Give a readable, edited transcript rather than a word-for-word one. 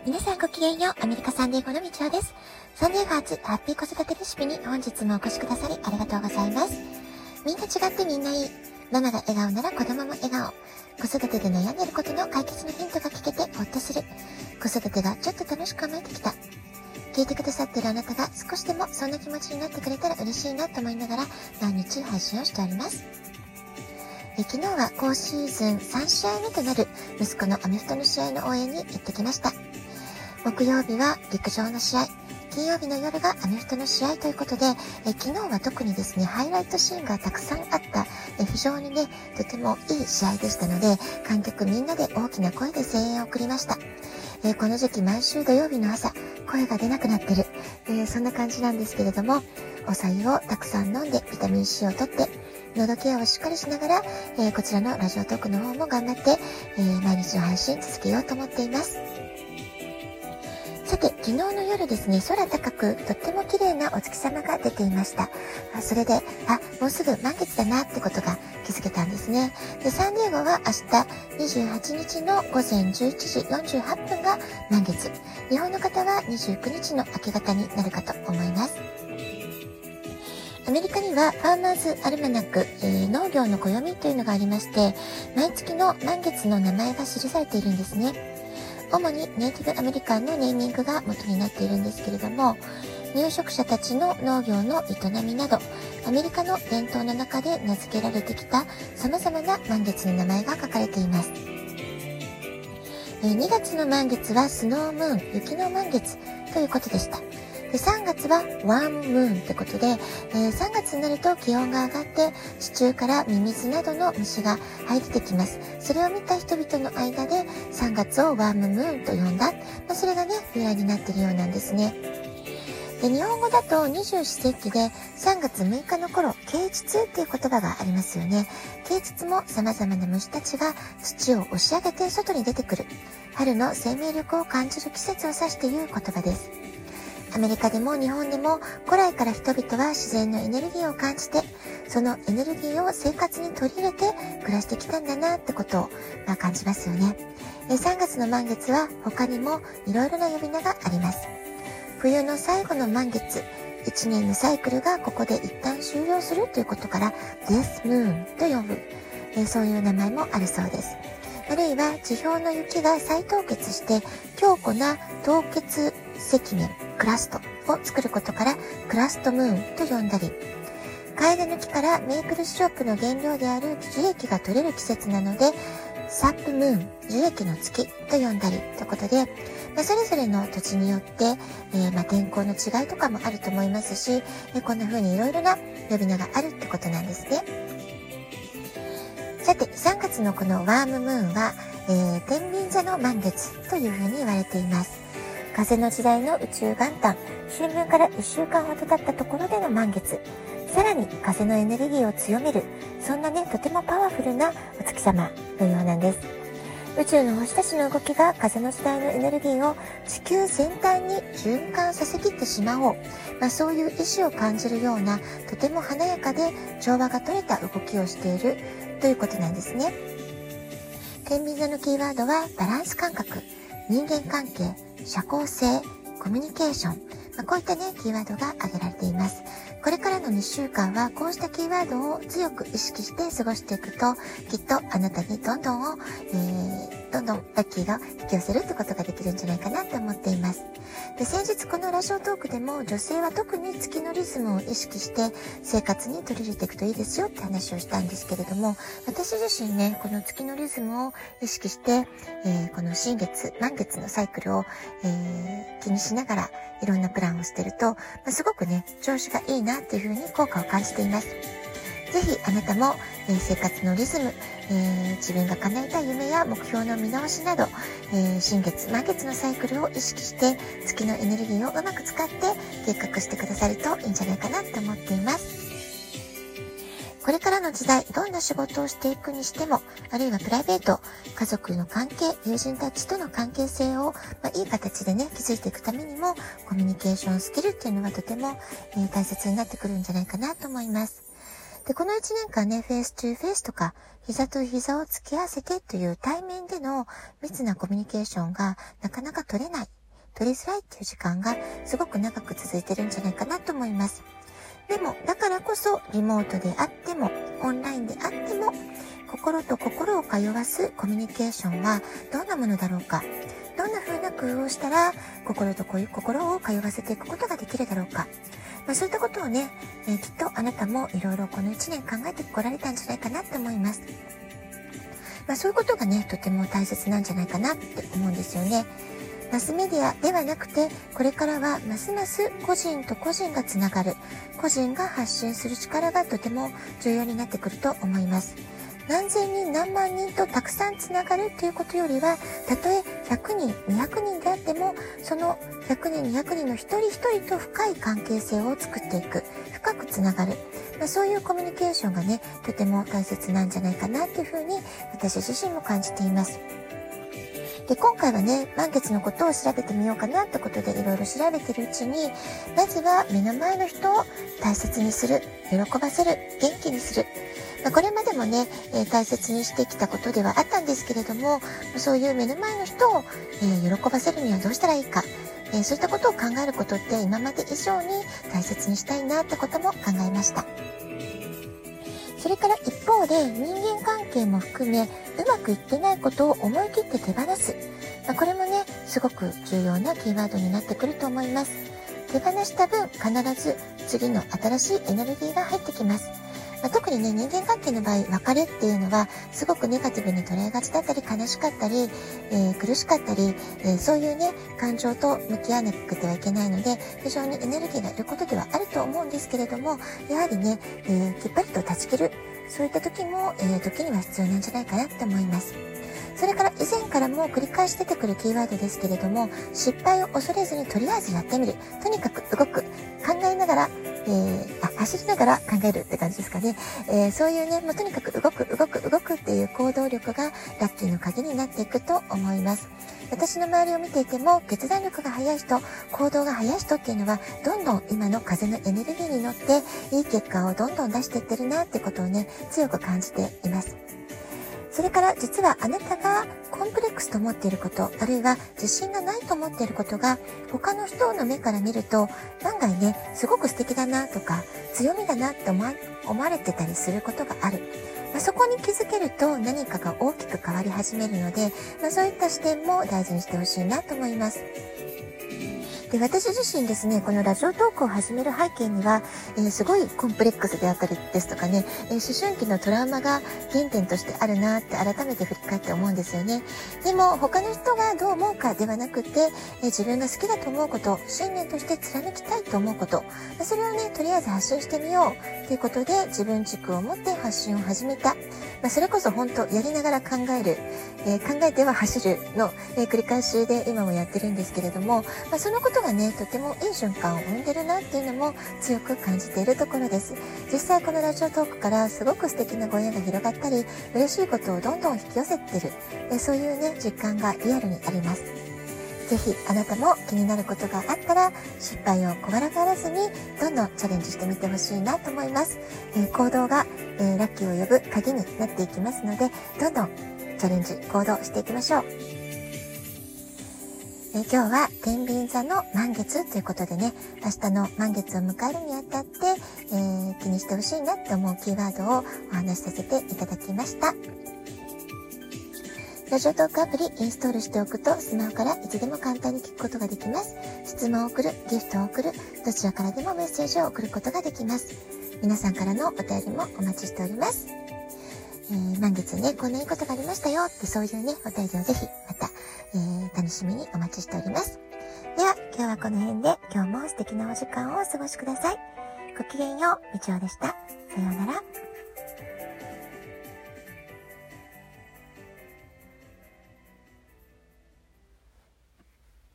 皆さんごきげんよう。アメリカサンディエゴのみちおです。サンディエゴ発ハッピー子育てレシピに本日もお越しくださりありがとうございます。みんな違ってみんないい。ママが笑顔なら子供も笑顔。子育てで悩んでいることの解決のヒントが聞けてほっとする。子育てがちょっと楽しく思えてきた。聞いてくださっているあなたが少しでもそんな気持ちになってくれたら嬉しいなと思いながら毎日配信をしております。昨日は今シーズン3試合目となる息子のアメフトの試合の応援に行ってきました。木曜日は陸上の試合、金曜日の夜がアメフトの試合ということで、昨日は特にですね、ハイライトシーンがたくさんあった、非常にね、とてもいい試合でしたので、観客みんなで大きな声で声援を送りました。この時期毎週土曜日の朝、声が出なくなってる、そんな感じなんですけれども、お白湯をたくさん飲んでビタミン C をとって、喉ケアをしっかりしながら、こちらのラジオトークの方も頑張って、毎日の配信続けようと思っています。さて、昨日の夜ですね、空高くとっても綺麗なお月様が出ていました。それで、もうすぐ満月だなってことが気づけたんですね。で、サンディエゴは明日28日の午前11時48分が満月。日本の方は29日の明け方になるかと思います。アメリカにはファーマーズアルマナック、農業の暦というのがありまして、毎月の満月の名前が記されているんですね。主にネイティブアメリカンのネーミングが元になっているんですけれども、入植者たちの農業の営みなど、アメリカの伝統の中で名付けられてきた様々な満月の名前が書かれています。2月の満月はスノームーン、雪の満月ということでした。で、3月はワームムーンってことで、3月になると気温が上がって地中からミミズなどの虫が這い出てきます。それを見た人々の間で3月をワームムーンと呼んだ、それがね由来になっているようなんですね。で、日本語だと二十四節気で3月6日の頃、啓蟄っていう言葉がありますよね。啓蟄も様々な虫たちが土を押し上げて外に出てくる、春の生命力を感じる季節を指して言う言葉です。アメリカでも日本でも古来から人々は自然のエネルギーを感じて、そのエネルギーを生活に取り入れて暮らしてきたんだなってことを、感じますよね。3月の満月は他にもいろいろな呼び名があります。冬の最後の満月、1年のサイクルがここで一旦終了するということからデスムーンと呼ぶ、そういう名前もあるそうです。あるいは地表の雪が再凍結して強固な凍結積面、クラストを作ることからクラストムーンと呼んだり、カエデの木からメープルシロップの原料である樹液が取れる季節なのでサップムーン、樹液の月と呼んだりということで、それぞれの土地によって、天候の違いとかもあると思いますし、こんな風にいろいろな呼び名があるってことなんですね。さて、3月のこのワームムーンは、天秤座の満月という風に言われています。風の時代の宇宙元旦、春分から1週間ほど経ったところでの満月、さらに風のエネルギーを強める、そんなね、とてもパワフルなお月様のようなんです。宇宙の星たちの動きが風の時代のエネルギーを地球全体に循環させきってしまおう、そういう意志を感じるような、とても華やかで調和が取れた動きをしているということなんですね。天秤座のキーワードはバランス感覚、人間関係、社交性、コミュニケーション、こういったねキーワードが挙げられています。これからの2週間はこうしたキーワードを強く意識して過ごしていくと、きっとあなたにどんどんラッキーが引き寄せるってことができるんじゃないかなと思っています。で、先日このラジオトークでも女性は特に月のリズムを意識して生活に取り入れていくといいですよって話をしたんですけれども、私自身ね、この月のリズムを意識して、この新月、満月のサイクルを、気にしながらいろんなプランをしてると、すごくね、調子がいいなっていうふうに効果を感じています。ぜひあなたも、生活のリズム、自分が叶えたい夢や目標の見直しなど、新月満月のサイクルを意識して月のエネルギーをうまく使って計画してくださるといいんじゃないかなと思っています。これからの時代、どんな仕事をしていくにしても、あるいはプライベート、家族の関係、友人たちとの関係性を、いい形でね、築いていくためにも、コミュニケーションスキルっていうのはとても、大切になってくるんじゃないかなと思います。 で、この1年間ね、フェイストゥフェイスとか、膝と膝を突き合わせてという対面での密なコミュニケーションがなかなか取りづらいっていう時間がすごく長く続いてるんじゃないかなと思います。でも、だからこそリモートであっても、オンラインであっても、心と心を通わすコミュニケーションはどんなものだろうか。どんな風な工夫をしたら、心と心を通わせていくことができるだろうか。そういったことをね、きっとあなたもいろいろこの1年考えてこられたんじゃないかなと思います。そういうことがね、とても大切なんじゃないかなって思うんですよね。マスメディアではなくて、これからはますます個人と個人がつながる、個人が発信する力がとても重要になってくると思います。何千人何万人とたくさんつながるということよりは、たとえ100人200人であっても、その100人200人の一人一人と深い関係性を作っていく、深くつながる、そういうコミュニケーションがね、とても大切なんじゃないかなというふうに私自身も感じています。で、今回はね、満月のことを調べてみようかなってことでいろいろ調べてるうちに、まずは目の前の人を大切にする、喜ばせる、元気にする。これまでもね、大切にしてきたことではあったんですけれども、そういう目の前の人を、喜ばせるにはどうしたらいいか、そういったことを考えることって今まで以上に大切にしたいなってことも考えました。それから一方で人間関係も含めうまくいってないことを思い切って手放す。これもね、すごく重要なキーワードになってくると思います。手放した分必ず次の新しいエネルギーが入ってきます。特にね、人間関係の場合、別れっていうのはすごくネガティブに捉えがちだったり、悲しかったり、苦しかったり、そういうね、感情と向き合わなくてはいけないので、非常にエネルギーがいることではあると思うんですけれども、やはりね、きっぱりと断ち切る、そういった時も、時には必要なんじゃないかなと思います。それから以前からも繰り返し出てくるキーワードですけれども、失敗を恐れずにとりあえずやってみる。とにかく動く。考えながら、走りながら考えるって感じですかね。そういうね、もうとにかく動くっていう行動力がラッキーの鍵になっていくと思います。私の周りを見ていても、決断力が速い人、行動が速い人っていうのは、どんどん今の風のエネルギーに乗って、いい結果をどんどん出していってるなってことをね、強く感じています。それから実はあなたがコンプレックスと思っていること、あるいは自信がないと思っていることが他の人の目から見ると案外ね、すごく素敵だなとか強みだなって思われてたりすることがある。そこに気づけると何かが大きく変わり始めるので、そういった視点も大事にしてほしいなと思います。で、私自身ですね、このラジオトークを始める背景には、すごいコンプレックスであったりですとかね、思春期のトラウマが原点としてあるなって改めて振り返って思うんですよね。でも他の人がどう思うかではなくて、自分が好きだと思うこと、信念として貫きたいと思うこと、それをね、とりあえず発信してみようということで自分軸を持って発信を始めた。それこそ本当やりながら考える、考えては走るの、繰り返しで今もやってるんですけれども、そのことがね、とてもいい瞬間を生んでるなっていうのも強く感じているところです。実際このラジオトークからすごく素敵なご縁が広がったり、嬉しいことをどんどん引き寄せてる、そういうね、実感がリアルにあります。ぜひあなたも気になることがあったら失敗を怖がらずにどんどんチャレンジしてみてほしいなと思います。行動が、ラッキーを呼ぶ鍵になっていきますので、どんどんチャレンジ行動していきましょう。今日は天秤座の満月ということでね、明日の満月を迎えるにあたって、気にしてほしいなって思うキーワードをお話しさせていただきました。ラジオトークアプリインストールしておくとスマホからいつでも簡単に聞くことができます。質問を送る、ギフトを送る、どちらからでもメッセージを送ることができます。皆さんからのお便りもお待ちしております。満月ね、こんないいことがありましたよってそういうね、お便りをぜひまた、楽しみにお待ちしております。では今日はこの辺で今日も素敵なお時間をお過ごしください。ごきげんよう、みちおでした。さようなら。